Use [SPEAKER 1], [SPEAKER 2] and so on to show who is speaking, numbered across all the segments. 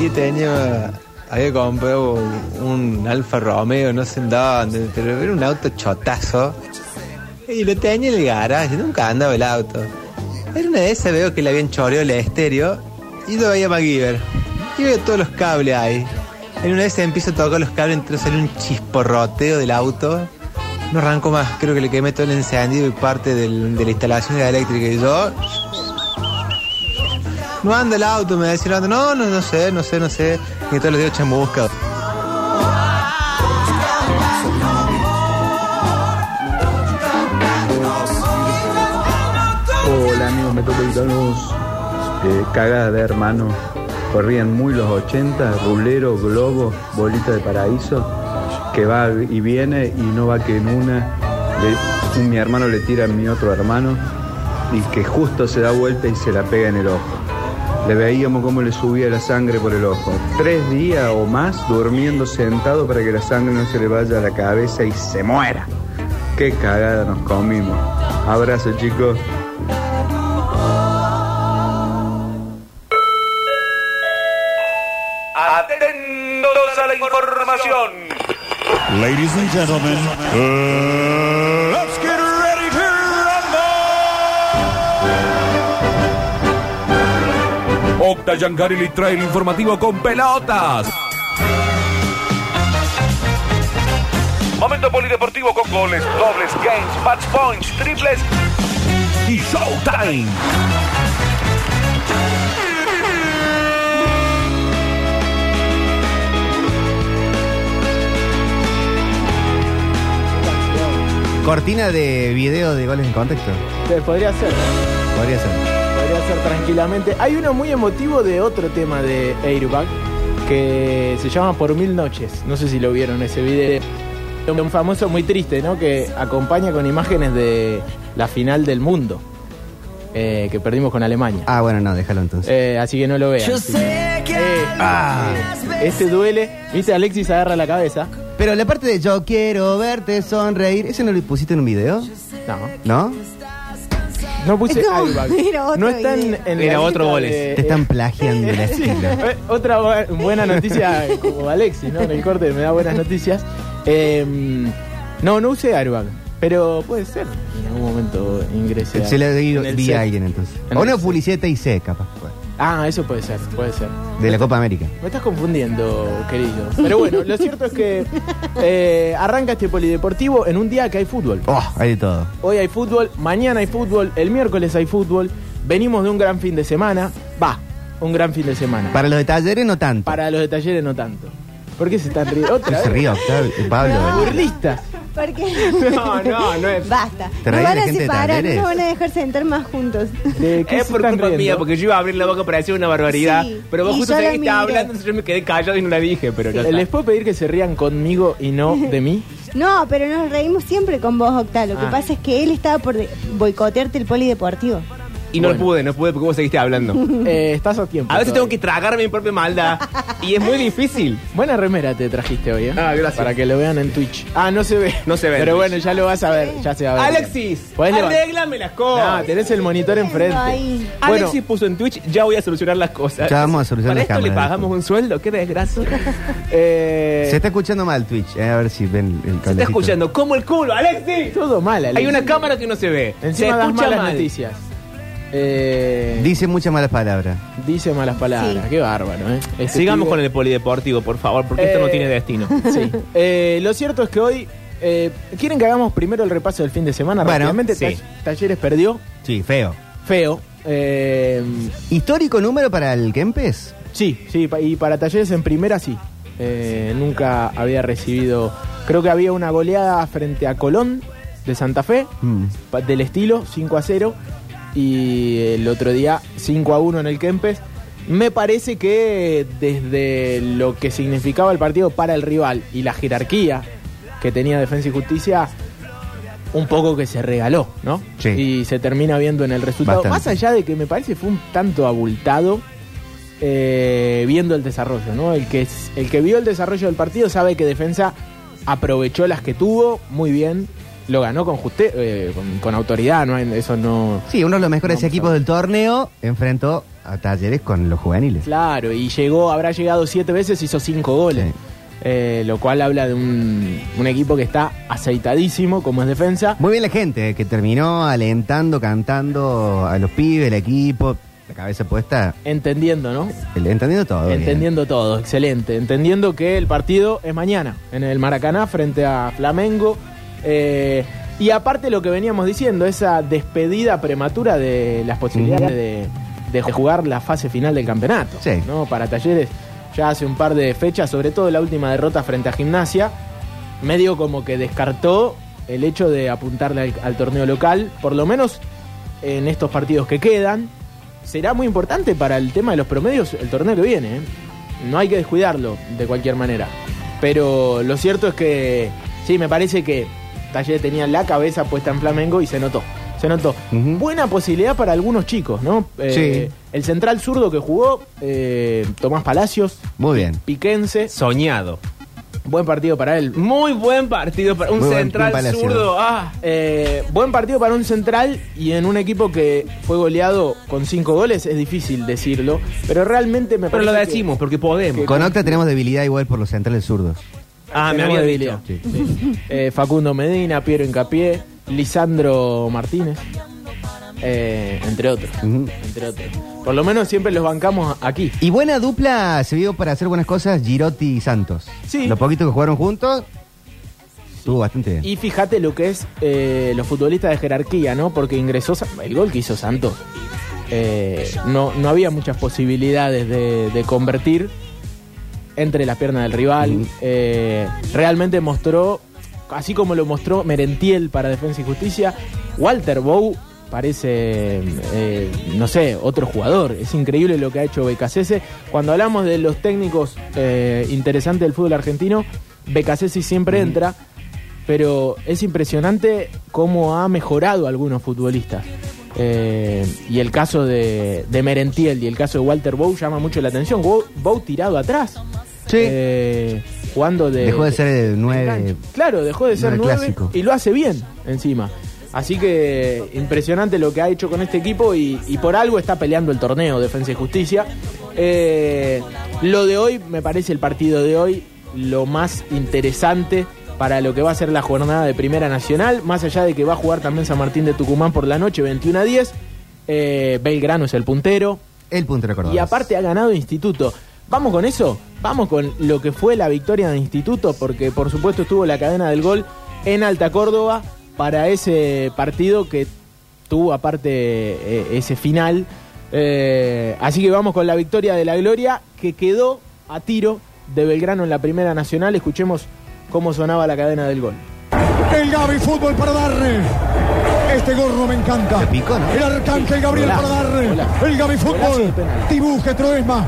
[SPEAKER 1] tía había comprado un Alfa Romeo, no sé en dónde, pero era un auto chotazo. Y lo tenía en el garaje, nunca andaba el auto. Era una de esas, veo que le habían choreado el estéreo y lo veía MacGyver. Y veo todos los cables ahí. En una vez empiezo a tocar los cables, entonces sale un chisporroteo del auto. No arranco más, creo que le quemé todo el encendido y parte de la instalación de la eléctrica. Y yo... No anda el auto, me decía el auto. No sé. Y todos los días chamusca.
[SPEAKER 2] Hola amigos metropolitanos, cagada de hermano. Corrían muy los 80, rulero, globo, bolita de paraíso, que va y viene y no va que en una. Mi hermano le tira a mi otro hermano y que justo se da vuelta y se la pega en el ojo. Le veíamos cómo le subía la sangre por el ojo. 3 días o más durmiendo sentado para que la sangre no se le vaya a la cabeza y se muera. Qué cagada nos comimos. Abrazo, chicos.
[SPEAKER 3] Atentos a la información.
[SPEAKER 4] Ladies and gentlemen, let's get ready to rumble.
[SPEAKER 3] Octa Giancarelli trae el informativo con pelotas. Momento polideportivo con goles, dobles, games, match points, triples y showtime.
[SPEAKER 5] Cortina de video de goles en contexto.
[SPEAKER 6] Podría ser tranquilamente. Hay uno muy emotivo de otro tema de Airbag que se llama Por 1000 noches. No sé si lo vieron ese video. Un famoso muy triste, ¿no? Que acompaña con imágenes de la final del mundo que perdimos con Alemania.
[SPEAKER 5] Ah, bueno, no, déjalo entonces.
[SPEAKER 6] Así que no lo vean. Yo sé que ese duele. ¿Viste? Alexis agarra la cabeza.
[SPEAKER 5] Pero la parte de yo quiero verte sonreír, ¿ese no lo pusiste en un video? ¿No?
[SPEAKER 6] No puse Airbag. No están en
[SPEAKER 7] era otro goles.
[SPEAKER 5] Te están plagiando el estilo.
[SPEAKER 6] Otra buena noticia como Alexis, ¿no? En el corte me da buenas noticias. No usé Airbag, pero puede ser. En algún momento ingrese.
[SPEAKER 5] Se le di a alguien entonces. O una publicidad TIC, capaz.
[SPEAKER 6] Eso puede ser.
[SPEAKER 5] De la Copa América.
[SPEAKER 6] Me estás confundiendo, querido. Pero bueno, lo cierto es que arranca este polideportivo en un día que hay fútbol.
[SPEAKER 5] Hay de todo.
[SPEAKER 6] Hoy hay fútbol, mañana hay fútbol, el miércoles hay fútbol. Venimos de un gran fin de semana. Un gran fin de semana.
[SPEAKER 5] Para los de Talleres no tanto.
[SPEAKER 6] Para los de Talleres no tanto. ¿Por qué se están riendo? ¿Otra vez?
[SPEAKER 5] Se ríe, Pablo.
[SPEAKER 6] Burlistas.
[SPEAKER 8] ¿Por qué?
[SPEAKER 6] No es.
[SPEAKER 8] Basta.
[SPEAKER 5] ¿Te
[SPEAKER 8] Nos
[SPEAKER 5] reís
[SPEAKER 8] van
[SPEAKER 5] de
[SPEAKER 8] a
[SPEAKER 5] gente de
[SPEAKER 8] separar,
[SPEAKER 5] Talleres?
[SPEAKER 8] no nos van a dejar sentar más juntos.
[SPEAKER 7] Es por culpa mía, porque yo iba a abrir la boca para decir una barbaridad.
[SPEAKER 8] Sí,
[SPEAKER 7] pero vos
[SPEAKER 8] y
[SPEAKER 7] justo
[SPEAKER 8] yo la
[SPEAKER 7] sabés que estaba
[SPEAKER 8] miré.
[SPEAKER 7] hablando, entonces yo me quedé callado y no la dije, pero ya está.
[SPEAKER 6] ¿Les puedo pedir que se rían conmigo y no de mí?
[SPEAKER 8] No, pero nos reímos siempre con vos, Octa. Lo que pasa es que él estaba por boicotearte el polideportivo.
[SPEAKER 7] Y no pude porque vos seguiste hablando.
[SPEAKER 6] Estás a tiempo.
[SPEAKER 7] A veces tengo que tragarme mi propia maldad. Y es muy difícil.
[SPEAKER 6] Buena remera te trajiste hoy, ¿eh?
[SPEAKER 7] Gracias.
[SPEAKER 6] Para que lo vean en Twitch. No se ve.
[SPEAKER 7] No se ve.
[SPEAKER 6] Pero bueno, ya lo vas a ver. Ya se va a ver.
[SPEAKER 7] Alexis,
[SPEAKER 6] ¿Podés
[SPEAKER 7] arréglame las cosas.
[SPEAKER 6] tenés el monitor enfrente.
[SPEAKER 8] Ahí.
[SPEAKER 6] Bueno,
[SPEAKER 7] Alexis puso en Twitch, ya voy a solucionar las cosas.
[SPEAKER 5] Ya vamos a solucionar
[SPEAKER 7] ¿Para
[SPEAKER 5] las
[SPEAKER 7] esto le
[SPEAKER 5] cámaras.
[SPEAKER 7] pagamos un sueldo? Qué desgracia.
[SPEAKER 5] Se está escuchando mal Twitch, a ver si ven el cablecito.
[SPEAKER 7] Se está escuchando como el culo, Alexis.
[SPEAKER 6] todo mal, Alexis.
[SPEAKER 7] Hay una cámara que no se ve.
[SPEAKER 6] Encima
[SPEAKER 7] se
[SPEAKER 6] das
[SPEAKER 7] escucha
[SPEAKER 6] malas
[SPEAKER 7] mal.
[SPEAKER 6] noticias.
[SPEAKER 5] Dice muchas malas palabras.
[SPEAKER 6] Dice malas palabras.
[SPEAKER 8] Sí.
[SPEAKER 6] Qué bárbaro, ¿eh?
[SPEAKER 7] Sigamos con el polideportivo, por favor, porque esto no tiene destino.
[SPEAKER 6] Sí. Lo cierto es que hoy... ¿quieren que hagamos primero el repaso del fin de semana?
[SPEAKER 5] Bueno,
[SPEAKER 6] rápidamente.
[SPEAKER 7] sí.
[SPEAKER 6] Talleres perdió.
[SPEAKER 5] Sí, feo.
[SPEAKER 6] ¿Histórico
[SPEAKER 5] número para el Kempes?
[SPEAKER 6] Sí, y para Talleres en primera sí. Nunca había recibido... Creo que había una goleada frente a Colón de Santa Fe, del estilo 5-0, y el otro día 5-1 en el Kempes. Me parece que desde lo que significaba el partido para el rival y la jerarquía que tenía Defensa y Justicia, un poco que se regaló, ¿no?
[SPEAKER 5] Sí.
[SPEAKER 6] Y se termina viendo en el resultado.
[SPEAKER 5] Bastante.
[SPEAKER 6] Más allá de que me parece fue un tanto abultado, viendo el desarrollo, ¿no? El que vio el desarrollo del partido sabe que Defensa aprovechó las que tuvo muy bien, lo ganó con autoridad, ¿no? Eso no...
[SPEAKER 5] Sí, uno de los mejores equipos del torneo enfrentó a Talleres con los juveniles.
[SPEAKER 6] Claro, y habrá llegado 7 veces, hizo 5 goles. Sí. Lo cual habla de un equipo que está aceitadísimo como es defensa.
[SPEAKER 5] Muy bien la gente, que terminó alentando, cantando a los pibes, el equipo, la cabeza puesta.
[SPEAKER 6] Entendiendo, ¿no?
[SPEAKER 5] Entendiendo todo.
[SPEAKER 6] Entendiendo todo, excelente. Entendiendo que el partido es mañana, en el Maracaná, frente a Flamengo. Y aparte lo que veníamos diciendo, esa despedida prematura de las posibilidades de jugar la fase final del campeonato.
[SPEAKER 5] Sí.
[SPEAKER 6] ¿No? Para Talleres, ya hace un par de fechas, sobre todo la última derrota frente a Gimnasia, medio como que descartó el hecho de apuntarle al torneo local, por lo menos en estos partidos que quedan. Será muy importante para el tema de los promedios el torneo que viene, ¿eh? No hay que descuidarlo de cualquier manera. Pero lo cierto es que sí, me parece que Talleres tenía la cabeza puesta en Flamengo y se notó. Buena posibilidad para algunos chicos, ¿no?
[SPEAKER 5] Sí.
[SPEAKER 6] El central zurdo que jugó, Tomás Palacios.
[SPEAKER 5] Muy bien.
[SPEAKER 6] Piquense.
[SPEAKER 7] Soñado.
[SPEAKER 6] Buen partido para él.
[SPEAKER 7] Muy buen partido para un central zurdo.
[SPEAKER 6] Buen partido para un central y en un equipo que fue goleado con 5 goles, es difícil decirlo, pero realmente me parece.
[SPEAKER 7] Pero lo decimos porque podemos.
[SPEAKER 5] Con Octa tenemos debilidad igual por los centrales zurdos.
[SPEAKER 7] Me había debilidad.
[SPEAKER 6] Sí. Facundo Medina, Piero Hincapié, Lisandro Martínez, entre otros. Por lo menos siempre los bancamos aquí.
[SPEAKER 5] Y buena dupla se vio para hacer buenas cosas Girotti y Santos.
[SPEAKER 6] Sí.
[SPEAKER 5] Lo poquito que jugaron juntos estuvo bastante bien.
[SPEAKER 6] Y fíjate lo que es los futbolistas de jerarquía, ¿no? Porque ingresó el gol que hizo Santos. No había muchas posibilidades de convertir entre las piernas del rival. Realmente mostró, así como lo mostró Merentiel para Defensa y Justicia, Walter Bou parece, no sé, otro jugador. Es increíble lo que ha hecho Beccacece. Cuando hablamos de los técnicos interesantes del fútbol argentino, Beccacece siempre entra, pero es impresionante cómo ha mejorado algunos futbolistas. Y el caso de Merentiel y el caso de Walter Bou llama mucho la atención. Bou tirado atrás.
[SPEAKER 5] Sí.
[SPEAKER 6] Jugando
[SPEAKER 5] dejó de ser 9.
[SPEAKER 6] Claro, dejó de ser 9 y lo hace bien encima. Así que impresionante lo que ha hecho con este equipo y por algo está peleando el torneo Defensa y Justicia. Lo de hoy, me parece el partido de hoy lo más interesante para lo que va a ser la jornada de Primera Nacional, más allá de que va a jugar también San Martín de Tucumán por la noche, 21-10. Belgrano es el puntero.
[SPEAKER 5] El puntero Córdoba.
[SPEAKER 6] Y aparte ha ganado Instituto. ¿Vamos con eso? Vamos con lo que fue la victoria de Instituto, porque por supuesto estuvo la cadena del gol en Alta Córdoba para ese partido que tuvo aparte ese final. Así que vamos con la victoria de la Gloria, que quedó a tiro de Belgrano en la Primera Nacional. Escuchemos cómo sonaba la cadena del gol.
[SPEAKER 9] El Gaby Fútbol para darle. Este gorro me encanta.
[SPEAKER 5] Picó, ¿no?
[SPEAKER 9] El Arcángel Gabriel para darle. El Gaby Fútbol. Dibuje Troema.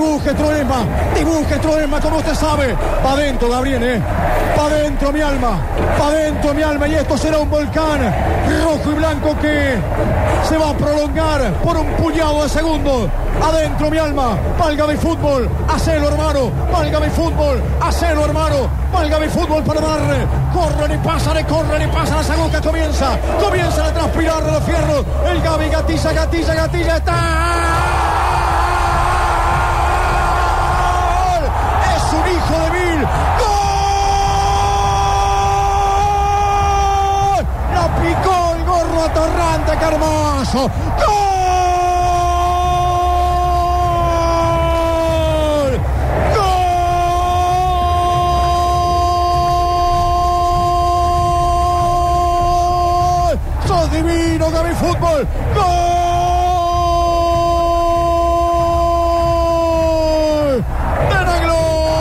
[SPEAKER 9] Como usted sabe. Pa' adentro, Gabriel, Pa' adentro mi alma. Y esto será un volcán rojo y blanco que se va a prolongar por un puñado de segundos. Adentro mi alma. Pa'l Gaby Fútbol. Hacelo, hermano. Pa'l Gaby Fútbol. Hacelo, hermano. Pa'l Gaby Fútbol para darle. Corren y pasan. La saguca comienza a transpirar los fierros. El Gaby gatilla. Está. Es un hijo de mil. ¡Gol! La picó el gorro atorrante, qué hermoso. Divino Gaby Fútbol. ¡Gol! ¡Denaglo!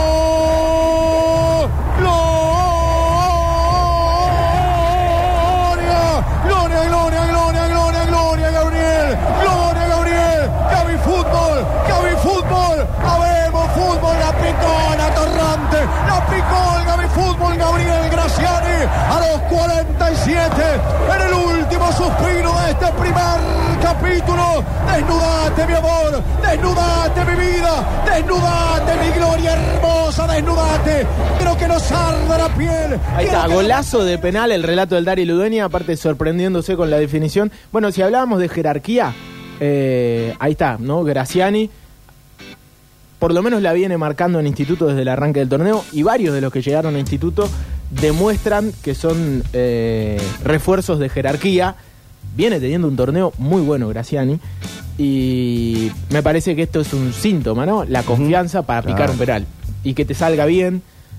[SPEAKER 9] ¡Gloria, Gabriel! Gaby Fútbol. Habemos fútbol. La picó la Torrante. La picó el Gaby Fútbol. Gabriel Graciani a los 47 en el último suspiro de este primer capítulo. Desnudate, mi amor, desnudate, mi vida, desnudate, mi gloria hermosa, desnudate. Quiero que nos arda la piel.
[SPEAKER 6] Ahí está, golazo de penal, el relato del Dari Ludueña, aparte sorprendiéndose con la definición. Bueno, si hablábamos de jerarquía, ahí está, ¿no? Graciani, por lo menos la viene marcando en Instituto desde el arranque del torneo, y varios de los que llegaron a Instituto demuestran que son refuerzos de jerarquía. Viene teniendo un torneo muy bueno Graciani, y me parece que esto es un síntoma, ¿no? La confianza para picar un penal y que te salga bien,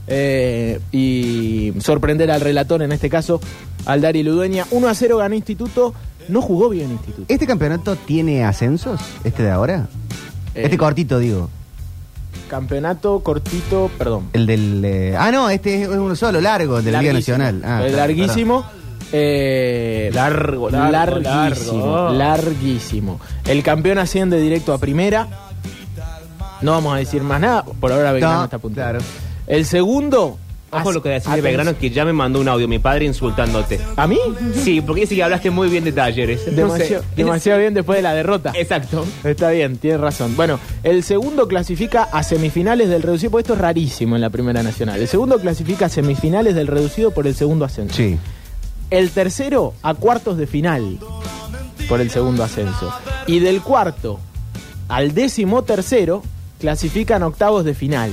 [SPEAKER 6] y sorprender al relator, en este caso al Dari Ludueña. 1-0 ganó Instituto. No jugó bien Instituto.
[SPEAKER 5] ¿Este campeonato tiene ascensos? ¿Este de ahora? Este cortito, digo.
[SPEAKER 6] Campeonato cortito, perdón.
[SPEAKER 5] El del... no, este es uno solo, largo, del Liga Nacional.
[SPEAKER 6] Larguísimo. Larguísimo. El campeón asciende directo a primera. No vamos a decir más nada. Por ahora Belgrano está a punto. Claro. El segundo...
[SPEAKER 7] Ojo lo que decís de Belgrano, que ya me mandó un audio mi padre insultándote.
[SPEAKER 6] ¿A mí?
[SPEAKER 7] Sí, porque dice que hablaste muy bien de Talleres.
[SPEAKER 6] Demasiado bien después de la derrota.
[SPEAKER 7] Exacto.
[SPEAKER 6] Está bien, tienes razón. Bueno, el segundo clasifica a semifinales del reducido, porque esto es rarísimo en la Primera Nacional. El segundo clasifica a semifinales del reducido por el segundo ascenso.
[SPEAKER 5] Sí.
[SPEAKER 6] El tercero a cuartos de final por el segundo ascenso. Y del cuarto al 13º clasifican octavos de final.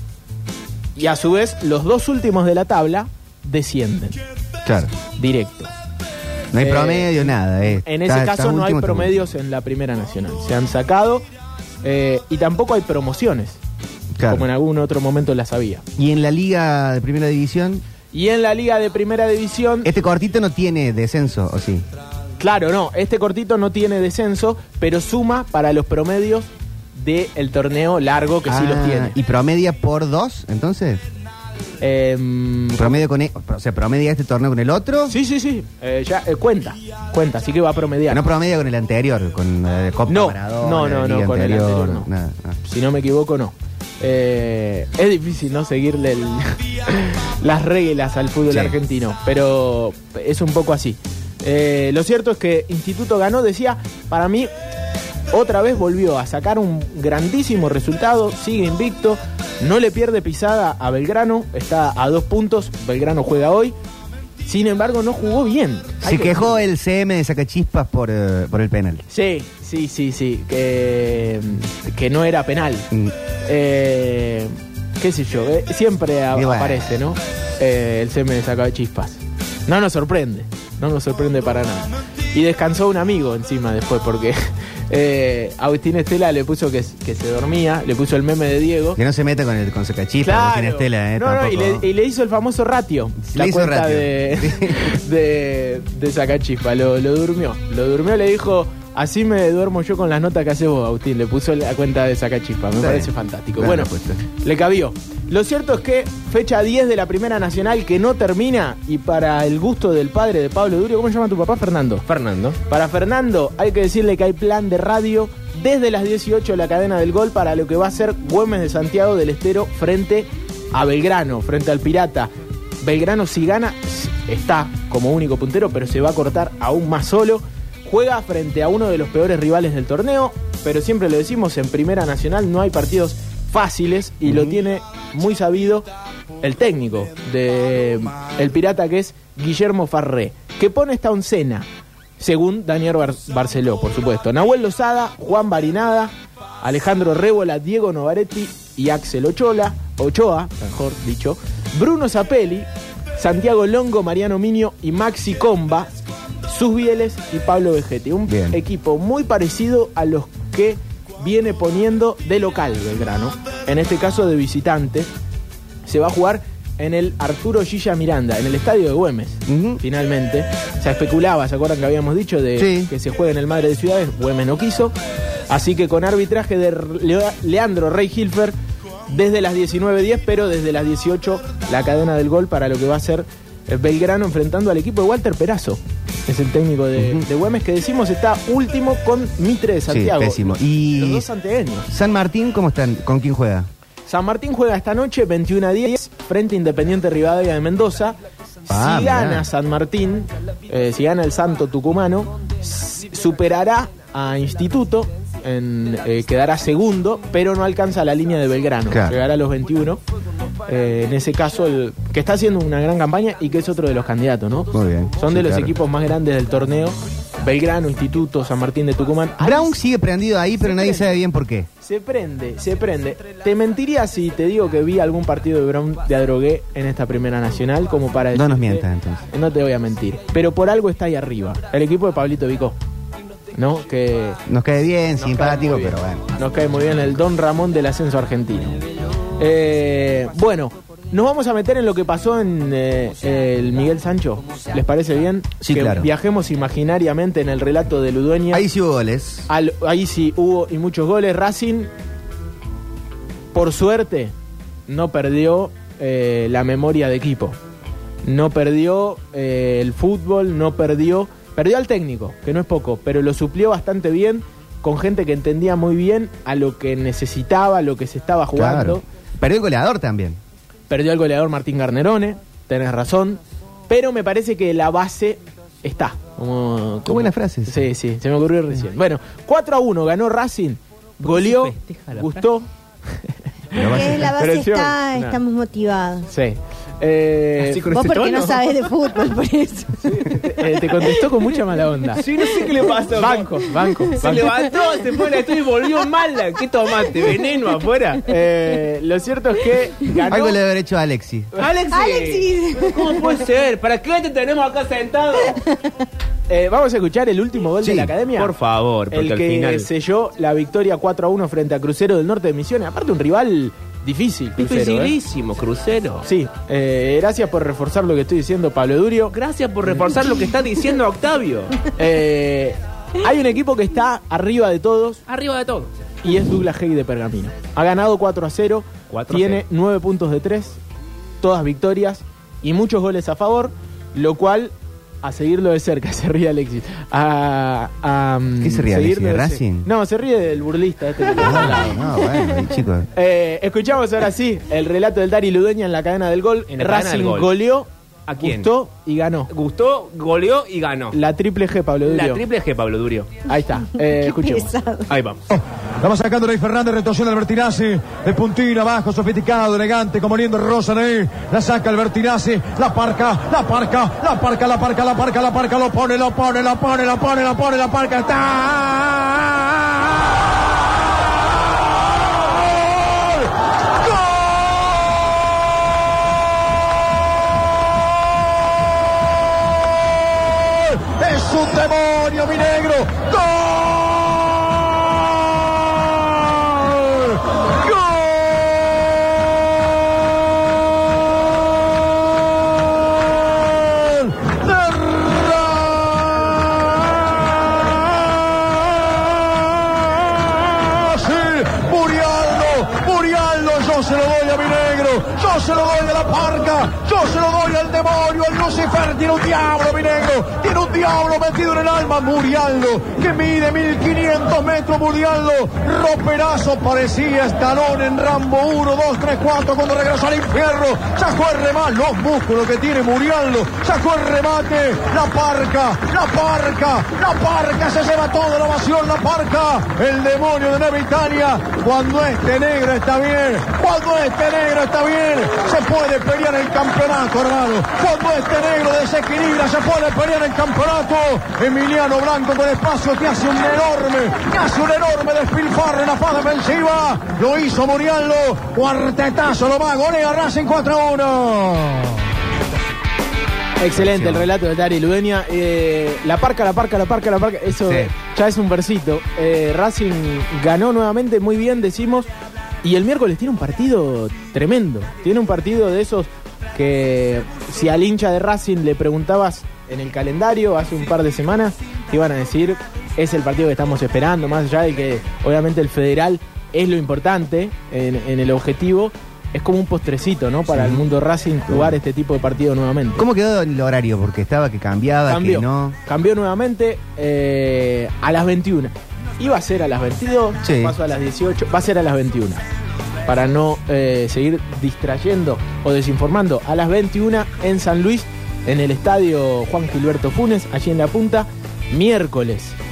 [SPEAKER 6] Y a su vez, los dos últimos de la tabla descienden.
[SPEAKER 5] Claro.
[SPEAKER 6] Directo.
[SPEAKER 5] No hay promedio, nada.
[SPEAKER 6] En ese caso no hay promedios en la Primera Nacional. Se han sacado, y tampoco hay promociones. Claro. Como en algún otro momento las había.
[SPEAKER 5] ¿Y en la Liga de Primera División?
[SPEAKER 6] Y en la Liga de Primera División...
[SPEAKER 5] Este cortito no tiene descenso, ¿o sí?
[SPEAKER 6] Claro, no. Este cortito no tiene descenso, pero suma para los promedios del torneo largo, que sí los tiene.
[SPEAKER 5] ¿Y promedia por 2, entonces? ¿Promedio con o sea, promedia este torneo con el otro?
[SPEAKER 6] Sí. Cuenta, así que va a promediar.
[SPEAKER 5] No promedia con el anterior, con Copa Maradona.
[SPEAKER 6] No, con el anterior no.
[SPEAKER 5] Nada.
[SPEAKER 6] Si no me equivoco, no. Es difícil no seguirle las reglas al fútbol argentino, pero es un poco así. Lo cierto es que Instituto ganó, decía, para mí otra vez volvió a sacar un grandísimo resultado, sigue invicto, no le pierde pisada a Belgrano, está a 2 puntos, Belgrano juega hoy, sin embargo no jugó bien.
[SPEAKER 5] Se quejó el CM de Sacachispas por el penal.
[SPEAKER 6] Sí, que no era penal. Qué sé yo, siempre aparece, ¿no? El CM de Sacachispas. No nos sorprende para nada. Y descansó un amigo encima después, porque Agustín Estela le puso que se dormía, le puso el meme de Diego.
[SPEAKER 5] Que no se meta con Sacachispas, claro. Agustín Estela.
[SPEAKER 6] Y le hizo el famoso ratio. La cuenta de Sacachispas. Lo durmió, le dijo... Así me duermo yo con las notas que haces vos, Agustín. Le puso la cuenta de Sacachispa. Me parece fantástico. Bueno, le cabió. Lo cierto es que fecha 10 de la Primera Nacional que no termina, y para el gusto del padre de Pablo Durio, ¿cómo se llama tu papá? Fernando. Para Fernando hay que decirle que hay plan de radio desde las 18 la cadena del gol para lo que va a ser Güemes de Santiago del Estero frente a Belgrano, frente al Pirata. Belgrano, si gana, está como único puntero, pero se va a cortar aún más solo. Juega frente a uno de los peores rivales del torneo, pero siempre lo decimos, en Primera Nacional no hay partidos fáciles, y lo tiene muy sabido el técnico de el Pirata, que es Guillermo Farré, que pone esta oncena, según Daniel Barceló, por supuesto. Nahuel Lozada, Juan Barinada, Alejandro Rébola, Diego Novaretti y Axel Ochoa, mejor dicho, Bruno Zapelli, Santiago Longo, Mariano Minio y Maxi Comba, Sus Bieles y Pablo Vegetti. Un equipo muy parecido a los que viene poniendo de local Belgrano. En este caso de visitante. Se va a jugar en el Arturo Gilla Miranda, en el estadio de Güemes. Finalmente. Se especulaba, ¿se acuerdan que habíamos dicho que se juegue en el Madre de Ciudades? Güemes no quiso. Así que con arbitraje de Leandro Rey Hilfer desde las 19:10, pero desde las 18 la cadena del gol para lo que va a ser Belgrano enfrentando al equipo de Walter Perazo. Es el técnico de Güemes, que decimos está último con Mitre de Santiago.
[SPEAKER 5] Sí, pésimo. Y
[SPEAKER 6] los dos santiagueños.
[SPEAKER 5] San Martín, ¿cómo están? ¿Con quién juega?
[SPEAKER 6] San Martín juega esta noche 21:10 frente a Independiente Rivadavia de Mendoza. Si gana San Martín, si gana el Santo Tucumano, superará a Instituto, quedará segundo, pero no alcanza la línea de Belgrano. Claro. Llegará a los 21. En ese caso, que está haciendo una gran campaña y que es otro de los candidatos, ¿no?
[SPEAKER 5] Muy bien.
[SPEAKER 6] Son de los equipos más grandes del torneo. Belgrano, Instituto, San Martín de Tucumán.
[SPEAKER 5] Brown sigue prendido ahí, pero nadie sabe bien por qué.
[SPEAKER 6] Se prende. Te mentiría si te digo que vi algún partido de Brown de Adrogué en esta primera nacional, como para decirte,
[SPEAKER 5] no nos mientas, entonces.
[SPEAKER 6] No te voy a mentir. Pero por algo está ahí arriba. El equipo de Pablito Vicó, ¿no? Que
[SPEAKER 5] nos cae bien, simpático, pero bueno.
[SPEAKER 6] Nos cae muy bien el Don Ramón del ascenso argentino. Bueno, nos vamos a meter en lo que pasó en el Miguel Sancho. ¿Les parece bien?
[SPEAKER 5] Sí,
[SPEAKER 6] que
[SPEAKER 5] claro.
[SPEAKER 6] Viajemos imaginariamente en el relato de Ludueña.
[SPEAKER 5] Ahí sí hubo goles.
[SPEAKER 6] Ahí sí hubo y muchos goles. Racing, por suerte, no perdió la memoria de equipo. No perdió el fútbol, perdió al técnico, que no es poco, pero lo suplió bastante bien con gente que entendía muy bien a lo que necesitaba, a lo que se estaba jugando.
[SPEAKER 5] Claro. Perdió el goleador también.
[SPEAKER 6] Perdió el goleador Martín Garnerone, tenés razón, pero me parece que la base está.
[SPEAKER 5] Qué buena frase.
[SPEAKER 6] Sí, se me ocurrió recién. Bueno, 4-1 ganó Racing, goleó, gustó.
[SPEAKER 8] La base está, estamos motivados.
[SPEAKER 6] Sí.
[SPEAKER 8] Vos porque no sabes de fútbol, por eso.
[SPEAKER 6] Te contestó con mucha mala onda.
[SPEAKER 7] Sí, no sé qué le pasó.
[SPEAKER 6] Banco.
[SPEAKER 7] Se levantó, se fue a la estudio y volvió mala. ¿Qué tomaste? ¿Veneno afuera?
[SPEAKER 6] Lo cierto es que ganó.
[SPEAKER 5] Algo le debe haber hecho a Alexis.
[SPEAKER 8] Alexis.
[SPEAKER 7] ¿Cómo puede ser? ¿Para qué te tenemos acá sentado?
[SPEAKER 6] Vamos a escuchar el último gol de la Academia.
[SPEAKER 7] Por favor, porque
[SPEAKER 6] el
[SPEAKER 7] al
[SPEAKER 6] que
[SPEAKER 7] final
[SPEAKER 6] selló la victoria 4-1 frente a Crucero del Norte de Misiones. Aparte, un rival difícil, Crucero.
[SPEAKER 7] Dificilísimo, Crucero.
[SPEAKER 6] Sí, gracias por reforzar lo que estoy diciendo, Pablo Durio.
[SPEAKER 7] Gracias por reforzar lo que está diciendo Octavio.
[SPEAKER 6] Hay un equipo que está arriba de todos.
[SPEAKER 7] Arriba de todo.
[SPEAKER 6] Y es Douglas Haig de Pergamino. Ha ganado 4-0. Tiene 9 puntos de 3. Todas victorias y muchos goles a favor. Lo cual, a seguirlo de cerca, se ríe Alexis.
[SPEAKER 5] ¿Qué se ríe Alexis? ¿De Racing?
[SPEAKER 6] No, se ríe del burlista este que está al lado.
[SPEAKER 5] No, bueno, chicos.
[SPEAKER 6] Escuchamos ahora sí el relato del Dari Ludueña en la cadena del gol. Racing goleó.
[SPEAKER 7] ¿A quién?
[SPEAKER 6] Gustó y ganó.
[SPEAKER 7] Gustó, goleó y ganó.
[SPEAKER 6] La triple G, Pablo Durio.
[SPEAKER 7] La triple G, Pablo Durio.
[SPEAKER 6] Ahí está. Escuchemos.
[SPEAKER 8] Pesado.
[SPEAKER 7] Ahí vamos.
[SPEAKER 9] La va sacando Ney Fernández, retorsiona el Bertinazzi, de puntín abajo, sofisticado, elegante, como lindo Rosa Ney, la saca el Bertinazzi, la parca, lo pone, la parca, está. Es un demonio, mi negro. ¡Gol! Yo se lo doy a mi negro, yo se lo doy a la parca, yo se lo doy al demonio, al Lucifer. Tiene un diablo, mi negro, tiene un diablo metido en el alma. Murialdo, que mide 1500 metros. Murialdo, roperazo, parecía Stallone en Rambo 1, 2, 3, 4 cuando regresó al infierno. Sacó el remate, los músculos que tiene Murialdo, sacó el remate. La parca se lleva toda la ovación. La parca, el demonio de Nueva Italia. Cuando este negro está bien, se puede pelear el campeonato, hermano. Cuando este negro desequilibra, se puede pelear el campeonato. Emiliano Blanco con espacio que hace un enorme despilfarro en la fase defensiva. Lo hizo Murialdo, cuartetazo, lo va, golea Racing 4-1.
[SPEAKER 6] Excelente el relato de Dari Ludueña. La parca. Eso ya es un versito. Racing ganó nuevamente, muy bien, decimos. Y el miércoles tiene un partido tremendo. Tiene un partido de esos que si al hincha de Racing le preguntabas en el calendario hace un par de semanas, te iban a decir, es el partido que estamos esperando, más allá de que obviamente el federal es lo importante en el objetivo. Es como un postrecito, ¿no? Para el mundo Racing jugar este tipo de partido nuevamente.
[SPEAKER 5] ¿Cómo quedó el horario? Porque estaba que cambiaba, que no.
[SPEAKER 6] Cambió nuevamente a las 21. Iba a ser a las 22, pasó a las 18, va a ser a las 21. Para no seguir distrayendo o desinformando, a las 21 en San Luis, en el estadio Juan Gilberto Funes, allí en La Punta, miércoles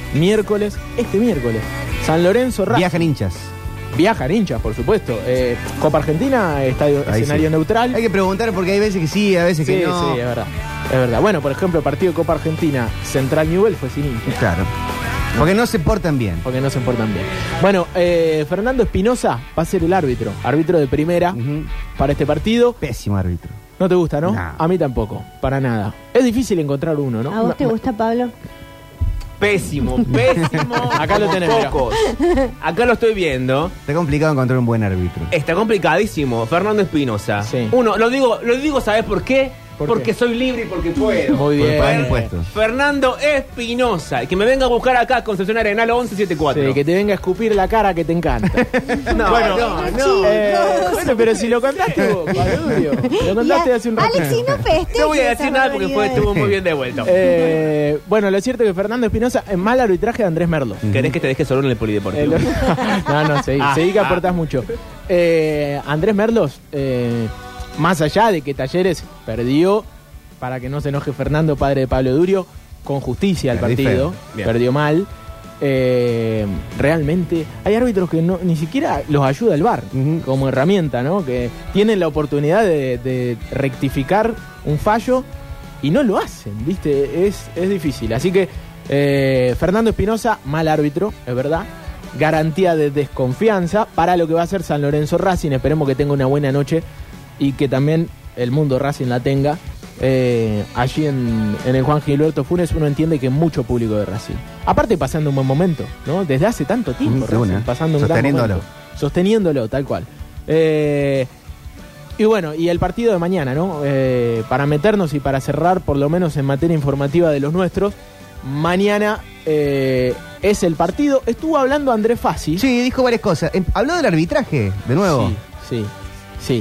[SPEAKER 6] este miércoles. San Lorenzo Racing.
[SPEAKER 5] Viajan hinchas,
[SPEAKER 6] por supuesto. Copa Argentina, escenario neutral.
[SPEAKER 5] Hay que preguntar porque hay veces que sí, a veces que no.
[SPEAKER 6] Sí, es verdad. Bueno, por ejemplo, partido de Copa Argentina Central Newell fue sin hinchas.
[SPEAKER 5] Claro. Porque no se portan bien.
[SPEAKER 6] Bueno, Fernando Espinosa va a ser el árbitro de primera para este partido.
[SPEAKER 5] Pésimo árbitro.
[SPEAKER 6] ¿No te gusta, no?
[SPEAKER 5] No.
[SPEAKER 6] A mí tampoco, para nada. Es difícil encontrar uno, ¿no?
[SPEAKER 8] ¿A vos te gusta, Pablo?
[SPEAKER 7] Pésimo.
[SPEAKER 6] Acá lo tenés,
[SPEAKER 7] pocos. Acá lo estoy viendo.
[SPEAKER 5] Está complicado encontrar un buen árbitro.
[SPEAKER 7] Está complicadísimo. Fernando Espinosa.
[SPEAKER 6] Sí.
[SPEAKER 7] Lo digo, ¿sabes por qué? Porque
[SPEAKER 6] qué?
[SPEAKER 7] soy libre y porque puedo.
[SPEAKER 6] Muy bien.
[SPEAKER 5] Pagan impuestos.
[SPEAKER 7] Fernando Espinosa. Que me venga a buscar acá a Concepción Arenal 1174.
[SPEAKER 6] Sí, que te venga a escupir la cara que te encanta.
[SPEAKER 7] No.
[SPEAKER 6] Bueno, pero si lo contaste vos, Pablo, lo contaste hace un rato.
[SPEAKER 8] Alexis, no festejes.
[SPEAKER 7] No voy a decir
[SPEAKER 8] esa
[SPEAKER 7] nada porque estuvo muy bien devuelto.
[SPEAKER 6] Bueno, lo cierto es que Fernando Espinosa es mal arbitraje de Andrés Merlo.
[SPEAKER 7] ¿Querés que te deje solo en el polideportivo?
[SPEAKER 6] No, seguí que aportás mucho. Andrés Merlos, más allá de que Talleres perdió, para que no se enoje Fernando, padre de Pablo Durio, con justicia el partido, perdió mal. Realmente hay árbitros que ni siquiera los ayuda el VAR como herramienta, ¿no? Que tienen la oportunidad de rectificar un fallo y no lo hacen, ¿viste? Es difícil. Así que Fernando Espinosa, mal árbitro, es verdad. Garantía de desconfianza para lo que va a ser San Lorenzo Racing. Esperemos que tenga una buena noche y que también el mundo Racing la tenga. Allí en el Juan Gilberto Funes uno entiende que mucho público de Racing. Aparte pasando un buen momento, ¿no? Desde hace tanto tiempo Racing, pasando un gran momento. Sosteniéndolo, tal cual. Y bueno, y el partido de mañana, ¿no? Para meternos y para cerrar, por lo menos en materia informativa de los nuestros, mañana es el partido. Estuvo hablando Andrés Fassi.
[SPEAKER 5] Sí, dijo varias cosas. ¿Habló del arbitraje, de nuevo?
[SPEAKER 6] Sí.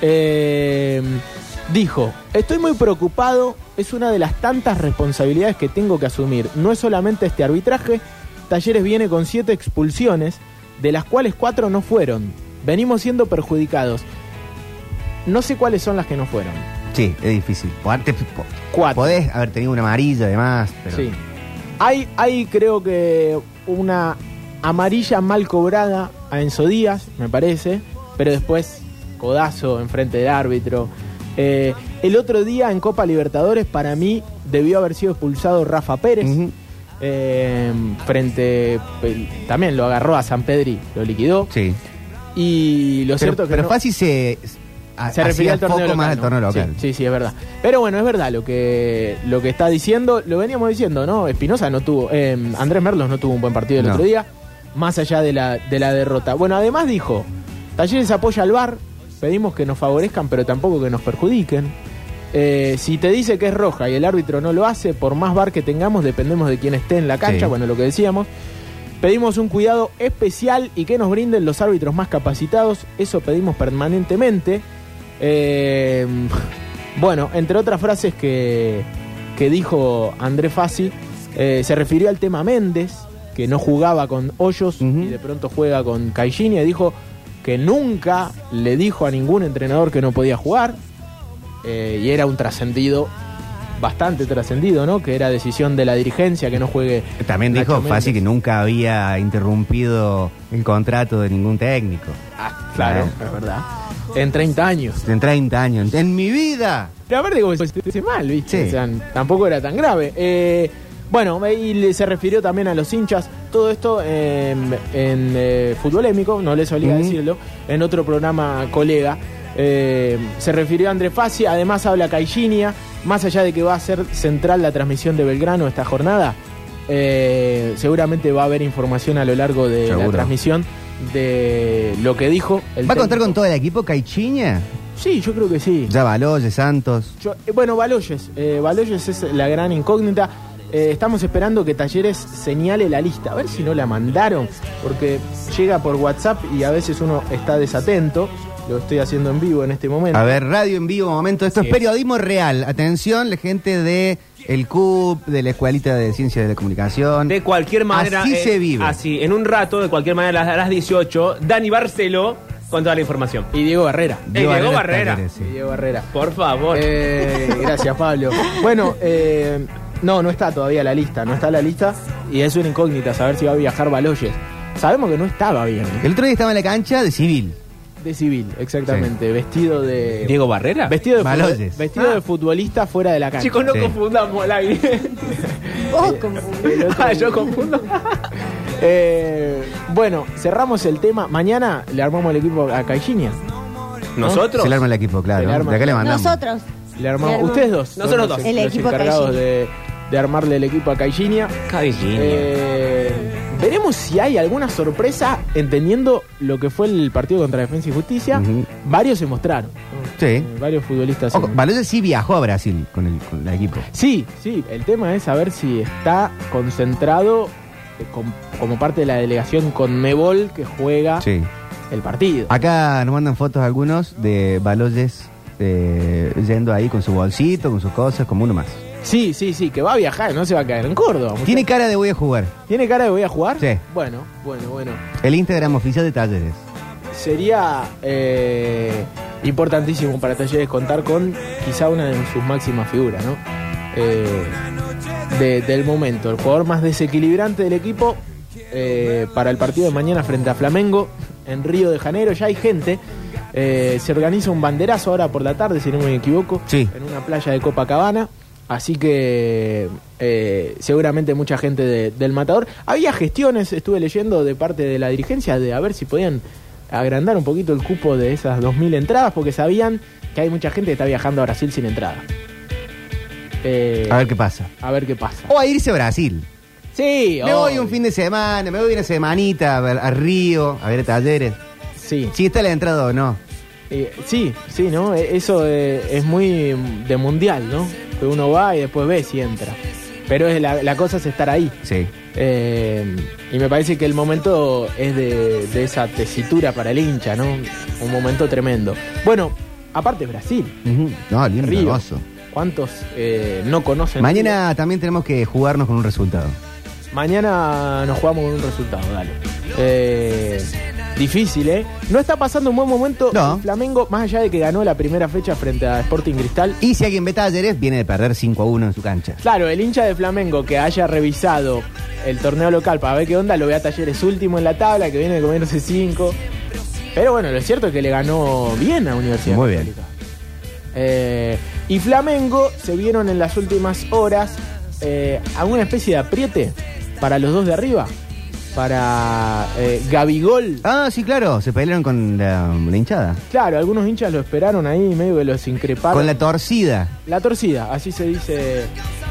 [SPEAKER 6] Dijo, estoy muy preocupado, es una de las tantas responsabilidades que tengo que asumir. No es solamente este arbitraje, Talleres viene con 7 expulsiones, de las cuales 4 no fueron. Venimos siendo perjudicados. No sé cuáles son las que no fueron.
[SPEAKER 5] Sí, es difícil. 4. Podés haber tenido una amarilla además. Pero...
[SPEAKER 6] Sí. Hay creo que una amarilla mal cobrada a Enzo Díaz, me parece, pero después codazo enfrente del árbitro. El otro día en Copa Libertadores para mí debió haber sido expulsado Rafa Pérez. También lo agarró a San Pedri, lo liquidó.
[SPEAKER 5] Sí.
[SPEAKER 6] Y lo cierto es que
[SPEAKER 5] pero Fassi se
[SPEAKER 6] refería al torneo local,
[SPEAKER 5] más al torneo local.
[SPEAKER 6] Sí, es verdad. Pero bueno, es verdad lo que está diciendo, lo veníamos diciendo, ¿no? Espinosa no tuvo, Andrés Merlos no tuvo un buen partido el otro día, más allá de la derrota. Bueno, además dijo, Talleres apoya al VAR, pedimos que nos favorezcan, pero tampoco que nos perjudiquen. Si te dice que es roja y el árbitro no lo hace, por más VAR que tengamos, dependemos de quién esté en la cancha, bueno, lo que decíamos. Pedimos un cuidado especial y que nos brinden los árbitros más capacitados, eso pedimos permanentemente. Bueno, entre otras frases que dijo Andrés Fassi, se refirió al tema Méndez, que no jugaba con Hoyos y de pronto juega con Caixinha, y dijo que nunca le dijo a ningún entrenador que no podía jugar, y era un trascendido, bastante trascendido, ¿no? Que era decisión de la dirigencia que no juegue.
[SPEAKER 5] También dijo Fassi que nunca había interrumpido el contrato de ningún técnico.
[SPEAKER 6] Claro, es verdad. En 30 años.
[SPEAKER 5] En mi vida.
[SPEAKER 6] Pero aparte como se mal, ¿viste?
[SPEAKER 5] Sí.
[SPEAKER 6] O sea, tampoco era tan grave. Bueno, y se refirió también a los hinchas. Todo esto en Futbolémico, no les olía decirlo, en otro programa colega. Se refirió a Andrés Fassi, además habla Caixinha, más allá de que va a ser central la transmisión de Belgrano esta jornada, seguramente va a haber información a lo largo de la transmisión de lo que dijo el
[SPEAKER 5] ¿Va a contar con todo el equipo Caixinha?
[SPEAKER 6] Sí, yo creo que sí.
[SPEAKER 5] Ya Baloyes, Santos.
[SPEAKER 6] Bueno, Baloyes es la gran incógnita. Estamos esperando que Talleres señale la lista, a ver si no la mandaron, porque llega por WhatsApp y a veces uno está desatento. Lo estoy haciendo en vivo en este momento.
[SPEAKER 5] A ver, radio en vivo, momento. Esto es periodismo real. Atención, la gente de el CUP, de la Escuelita de Ciencias de la Comunicación.
[SPEAKER 7] De cualquier manera.
[SPEAKER 5] Así se vive.
[SPEAKER 7] Así, en un rato, de cualquier manera, a las 18, Dani Barceló con toda la información.
[SPEAKER 6] Y Diego Barrera.
[SPEAKER 7] Diego Barrera.
[SPEAKER 6] Talleres, sí. Diego Barrera.
[SPEAKER 7] Por favor.
[SPEAKER 6] Gracias, Pablo. Bueno, No está todavía la lista, no está la lista y es una incógnita saber si va a viajar Baloyes. Sabemos que no estaba bien.
[SPEAKER 5] El otro día estaba en la cancha de civil.
[SPEAKER 6] De civil, exactamente. Sí. Vestido de...
[SPEAKER 7] ¿Diego Barrera?
[SPEAKER 6] Vestido de futbolista fuera de la cancha.
[SPEAKER 7] Chicos, no confundamos al aire.
[SPEAKER 8] Vos confundís.
[SPEAKER 7] Yo confundo.
[SPEAKER 6] Bueno, cerramos el tema. Mañana le armamos el equipo a Caixinha.
[SPEAKER 7] ¿Nosotros?
[SPEAKER 5] Se le arma el equipo, claro. De acá le mandamos.
[SPEAKER 8] Nosotros.
[SPEAKER 6] Le armamos. Ustedes dos.
[SPEAKER 7] Nosotros dos.
[SPEAKER 8] El
[SPEAKER 6] los
[SPEAKER 8] equipo
[SPEAKER 6] encargados de armarle el equipo a Caixinha. Veremos si hay alguna sorpresa, entendiendo lo que fue el partido contra Defensa y Justicia. Varios se mostraron.
[SPEAKER 5] Sí.
[SPEAKER 6] Varios futbolistas.
[SPEAKER 5] Baloyes sí viajó a Brasil con el equipo.
[SPEAKER 6] Sí. El tema es saber si está concentrado como parte de la delegación Conmebol que juega el partido.
[SPEAKER 5] Acá nos mandan fotos algunos de Baloyes yendo ahí con su bolsito, con sus cosas, como uno más.
[SPEAKER 6] Sí, que va a viajar, no se va a quedar en Córdoba.
[SPEAKER 5] Tiene cara de voy a jugar.
[SPEAKER 6] ¿Tiene cara de voy a jugar?
[SPEAKER 5] Sí.
[SPEAKER 6] Bueno.
[SPEAKER 5] El Instagram oficial de Talleres.
[SPEAKER 6] Sería importantísimo para Talleres contar con quizá una de sus máximas figuras, ¿no? Del momento, el jugador más desequilibrante del equipo para el partido de mañana frente a Flamengo en Río de Janeiro. Ya hay gente. Se organiza un banderazo ahora por la tarde, si no me equivoco, en una playa de Copacabana. Así que seguramente mucha gente del Matador. Había gestiones, estuve leyendo, de parte de la dirigencia de a ver si podían agrandar un poquito el cupo de esas 2.000 entradas, porque sabían que hay mucha gente que está viajando a Brasil sin entrada.
[SPEAKER 5] A ver qué pasa.
[SPEAKER 6] O
[SPEAKER 5] a irse a Brasil.
[SPEAKER 6] Sí.
[SPEAKER 5] Me voy un fin de semana, me voy una semanita a Río, a ver Talleres.
[SPEAKER 6] Sí.
[SPEAKER 5] Si está la entrada o no.
[SPEAKER 6] Sí, ¿no? Eso es muy de mundial, ¿no? Que uno va y después ve si entra. Pero la cosa es estar ahí.
[SPEAKER 5] Sí.
[SPEAKER 6] Y me parece que el momento es de esa tesitura para el hincha, ¿no? Un momento tremendo. Bueno, aparte Brasil.
[SPEAKER 5] No, lindo,
[SPEAKER 6] Río.
[SPEAKER 5] hermoso.
[SPEAKER 6] ¿Cuántos no conocen?
[SPEAKER 5] Mañana Río? También tenemos que jugarnos con un resultado.
[SPEAKER 6] Mañana nos jugamos con un resultado, dale. Difícil, ¿eh? No está pasando un buen momento el Flamengo, más allá de que ganó la primera fecha frente a Sporting Cristal.
[SPEAKER 5] Y si alguien ve Talleres, viene de perder 5-1 en su cancha.
[SPEAKER 6] Claro, el hincha de Flamengo que haya revisado el torneo local para ver qué onda, lo ve a Talleres último en la tabla, que viene comiéndose 5. Pero bueno, lo cierto es que le ganó bien a Universidad
[SPEAKER 5] Muy
[SPEAKER 6] Católica. Bien. Y Flamengo se vieron en las últimas horas a una especie de apriete para los dos de arriba. Para Gabigol.
[SPEAKER 5] Ah, sí, claro, se pelearon con la hinchada.
[SPEAKER 6] Claro, algunos hinchas lo esperaron ahí, medio que los increparon.
[SPEAKER 5] Con la torcida.
[SPEAKER 6] La torcida, así se dice.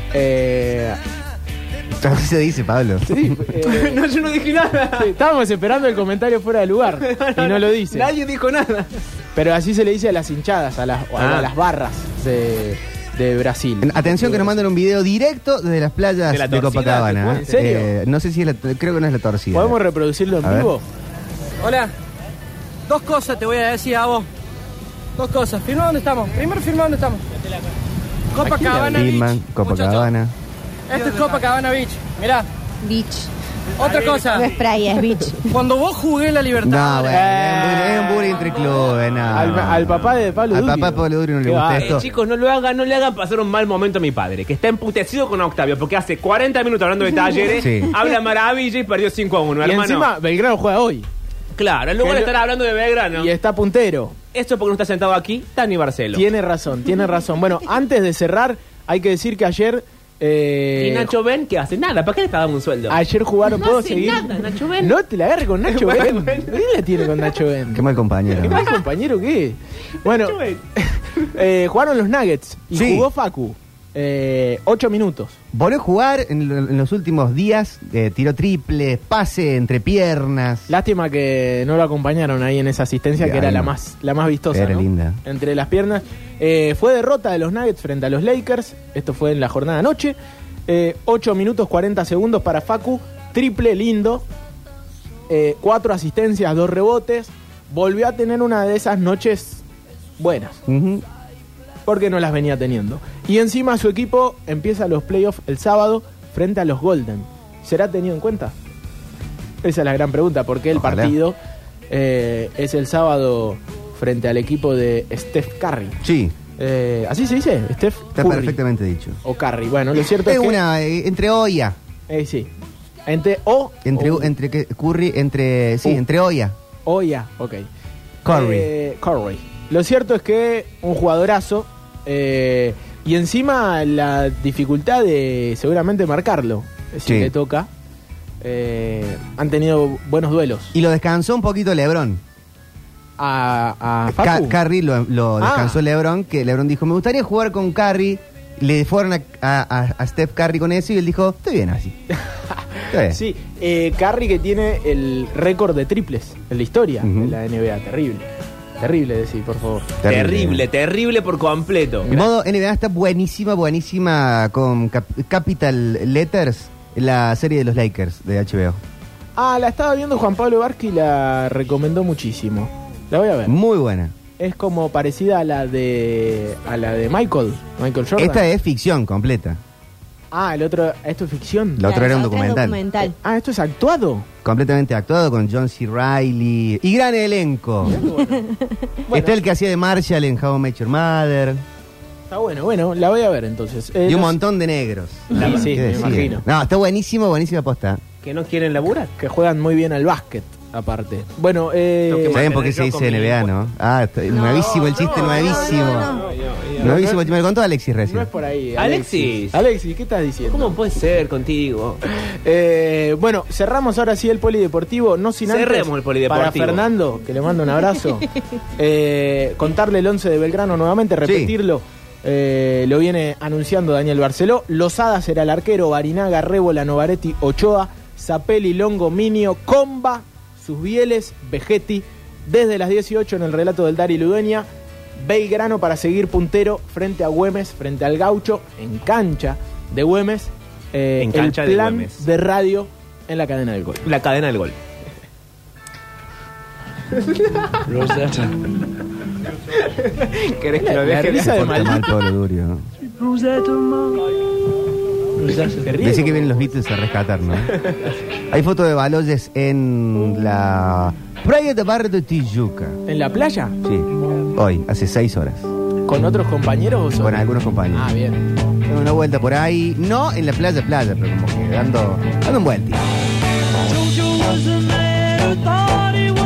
[SPEAKER 5] Así se dice, Pablo.
[SPEAKER 6] Sí,
[SPEAKER 7] no, yo no dije nada.
[SPEAKER 6] Sí, estábamos esperando el comentario fuera de lugar y no lo dice.
[SPEAKER 7] Nadie dijo nada.
[SPEAKER 6] Pero así se le dice a las hinchadas, a las barras de Brasil.
[SPEAKER 5] Atención que nos mandan un video directo desde las playas de Copacabana.
[SPEAKER 6] ¿En serio?
[SPEAKER 5] No sé si creo que no es la torcida.
[SPEAKER 6] ¿Podemos reproducirlo en vivo?
[SPEAKER 10] Hola. 2 cosas te voy a decir a vos. 2 cosas. Firma dónde estamos. Primero firma dónde estamos. Copacabana Beach.
[SPEAKER 5] Copacabana.
[SPEAKER 10] Esto es Copacabana Beach. Mirá.
[SPEAKER 8] Beach.
[SPEAKER 10] Otra cosa.
[SPEAKER 8] No es playa, es beach.
[SPEAKER 10] Cuando vos jugué en la Libertad.
[SPEAKER 5] No, bueno, es un bullying entre clubes, no.
[SPEAKER 6] Al papá de Pablo Durio.
[SPEAKER 5] Al papá de Pablo Durio no le gusta esto.
[SPEAKER 7] Chicos, no le hagan pasar un mal momento a mi padre, que está emputecido con Octavio, porque hace 40 minutos hablando de Talleres, habla maravilla y perdió 5-1,
[SPEAKER 6] y
[SPEAKER 7] hermano.
[SPEAKER 6] Encima, Belgrano juega hoy.
[SPEAKER 7] Claro, en lugar de estar hablando de Belgrano.
[SPEAKER 6] Y está puntero.
[SPEAKER 7] Esto porque no está sentado aquí, Tani Barcelo.
[SPEAKER 6] Tiene razón. Bueno, antes de cerrar, hay que decir que ayer...
[SPEAKER 7] ¿Y Nacho Ben qué hace? Nada, ¿para qué le pagamos un sueldo?
[SPEAKER 6] Ayer jugaron,
[SPEAKER 7] no
[SPEAKER 6] ¿puedo
[SPEAKER 7] hace
[SPEAKER 6] seguir?
[SPEAKER 7] Nada, Nacho Ben.
[SPEAKER 6] No te la agarres con Nacho Ben. ¿Qué la tiene con Nacho Ben?
[SPEAKER 5] Qué mal compañero.
[SPEAKER 6] ¿Qué mal compañero qué? Bueno, jugaron los Nuggets y jugó Facu. 8 minutos.
[SPEAKER 5] Volvió a jugar en los últimos días, tiró triple, pase entre piernas.
[SPEAKER 6] Lástima que no lo acompañaron ahí en esa asistencia, que era la más vistosa.
[SPEAKER 5] Era, ¿no? Linda.
[SPEAKER 6] Entre las piernas. Fue derrota de los Nuggets frente a los Lakers. Esto fue en la jornada anoche. 8 minutos 40 segundos para Facu. Triple lindo. 4 asistencias, 2 rebotes. Volvió a tener una de esas noches buenas. Porque no las venía teniendo. Y encima su equipo empieza los playoffs el sábado frente a los Golden. ¿Será tenido en cuenta? Esa es la gran pregunta, porque el partido es el sábado frente al equipo de Steph Curry.
[SPEAKER 5] Sí.
[SPEAKER 6] ¿Así se dice? Steph
[SPEAKER 5] Está
[SPEAKER 6] Curry.
[SPEAKER 5] perfectamente dicho.
[SPEAKER 6] O Curry. Bueno, lo cierto es que...
[SPEAKER 5] una entre O y A.
[SPEAKER 6] Sí. Entre O...
[SPEAKER 5] Entre Curry, entre O y A.
[SPEAKER 6] O y A, ok.
[SPEAKER 5] Curry.
[SPEAKER 6] Lo cierto es que un jugadorazo y encima la dificultad de seguramente marcarlo, si le toca. Han tenido buenos duelos.
[SPEAKER 5] Y lo descansó un poquito LeBron.
[SPEAKER 6] A Facu.
[SPEAKER 5] Curry lo descansó LeBron, que LeBron dijo, me gustaría jugar con Curry. Le fueron a Steph Curry con eso y él dijo, estoy bien así.
[SPEAKER 6] Sí, Curry que tiene el récord de triples en la historia de la NBA. Terrible decir, por favor.
[SPEAKER 7] Terrible por completo.
[SPEAKER 5] El modo NBA está buenísima con capital letters la serie de los Lakers de HBO.
[SPEAKER 6] La estaba viendo Juan Pablo Varsky y la recomendó muchísimo. La voy a ver.
[SPEAKER 5] Muy buena.
[SPEAKER 6] Es como parecida a la de Michael Jordan.
[SPEAKER 5] Esta es ficción completa.
[SPEAKER 6] Esto es ficción.
[SPEAKER 5] La otra era un documental.
[SPEAKER 6] Esto es actuado.
[SPEAKER 5] Completamente actuado con John C. Reilly. Y gran elenco. Está el que hacía de Marshall en How I Met Your Mother.
[SPEAKER 6] Está bueno, la voy a ver entonces.
[SPEAKER 5] Y un montón de negros.
[SPEAKER 6] Sí, me imagino.
[SPEAKER 5] No, está buenísima posta.
[SPEAKER 7] Que no quieren laburar.
[SPEAKER 6] Que juegan muy bien al básquet, aparte. Bueno,
[SPEAKER 5] ¿saben por qué se dice NBA, no? Nuevísimo el chiste, nuevísimo. Nuevísimo, me lo contó Alexis recién.
[SPEAKER 6] No es por ahí.
[SPEAKER 7] Alexis,
[SPEAKER 6] ¿qué estás diciendo?
[SPEAKER 7] ¿Cómo puede ser contigo?
[SPEAKER 6] Bueno, cerramos ahora sí el polideportivo. No sin antes,
[SPEAKER 7] cerremos el polideportivo.
[SPEAKER 6] Para Fernando, que le mando un abrazo. Contarle el 11 de Belgrano nuevamente, repetirlo. Lo viene anunciando Daniel Barceló. Lozada será el arquero, Barinaga, Rébola, Novaretti, Ochoa, Zapelli, Longo, Minio, Comba, Susbieles, Vegetti. Desde las 18 en el relato del Dari Ludueña. Belgrano para seguir puntero frente a Güemes, frente al Gaucho, en cancha de Güemes.
[SPEAKER 7] En cancha
[SPEAKER 6] el plan
[SPEAKER 7] de Güemes.
[SPEAKER 6] de radio en la cadena del gol.
[SPEAKER 7] La cadena del gol.
[SPEAKER 4] Rosetta.
[SPEAKER 7] ¿Querés que lo deje?
[SPEAKER 6] Risa de
[SPEAKER 5] mal
[SPEAKER 6] maldito.
[SPEAKER 5] Pablo Durio, ¿no? Decí que vienen los Beatles a rescatar, ¿no? Hay foto de Baloyes en la playa de Barrio de Tijuca.
[SPEAKER 6] ¿En la playa?
[SPEAKER 5] Sí, hoy, hace 6 horas.
[SPEAKER 6] ¿Con otros compañeros o solo?
[SPEAKER 5] Con algunos compañeros.
[SPEAKER 6] Bien.
[SPEAKER 5] Dando una vuelta por ahí, no en la playa, pero como que dando un vueltito.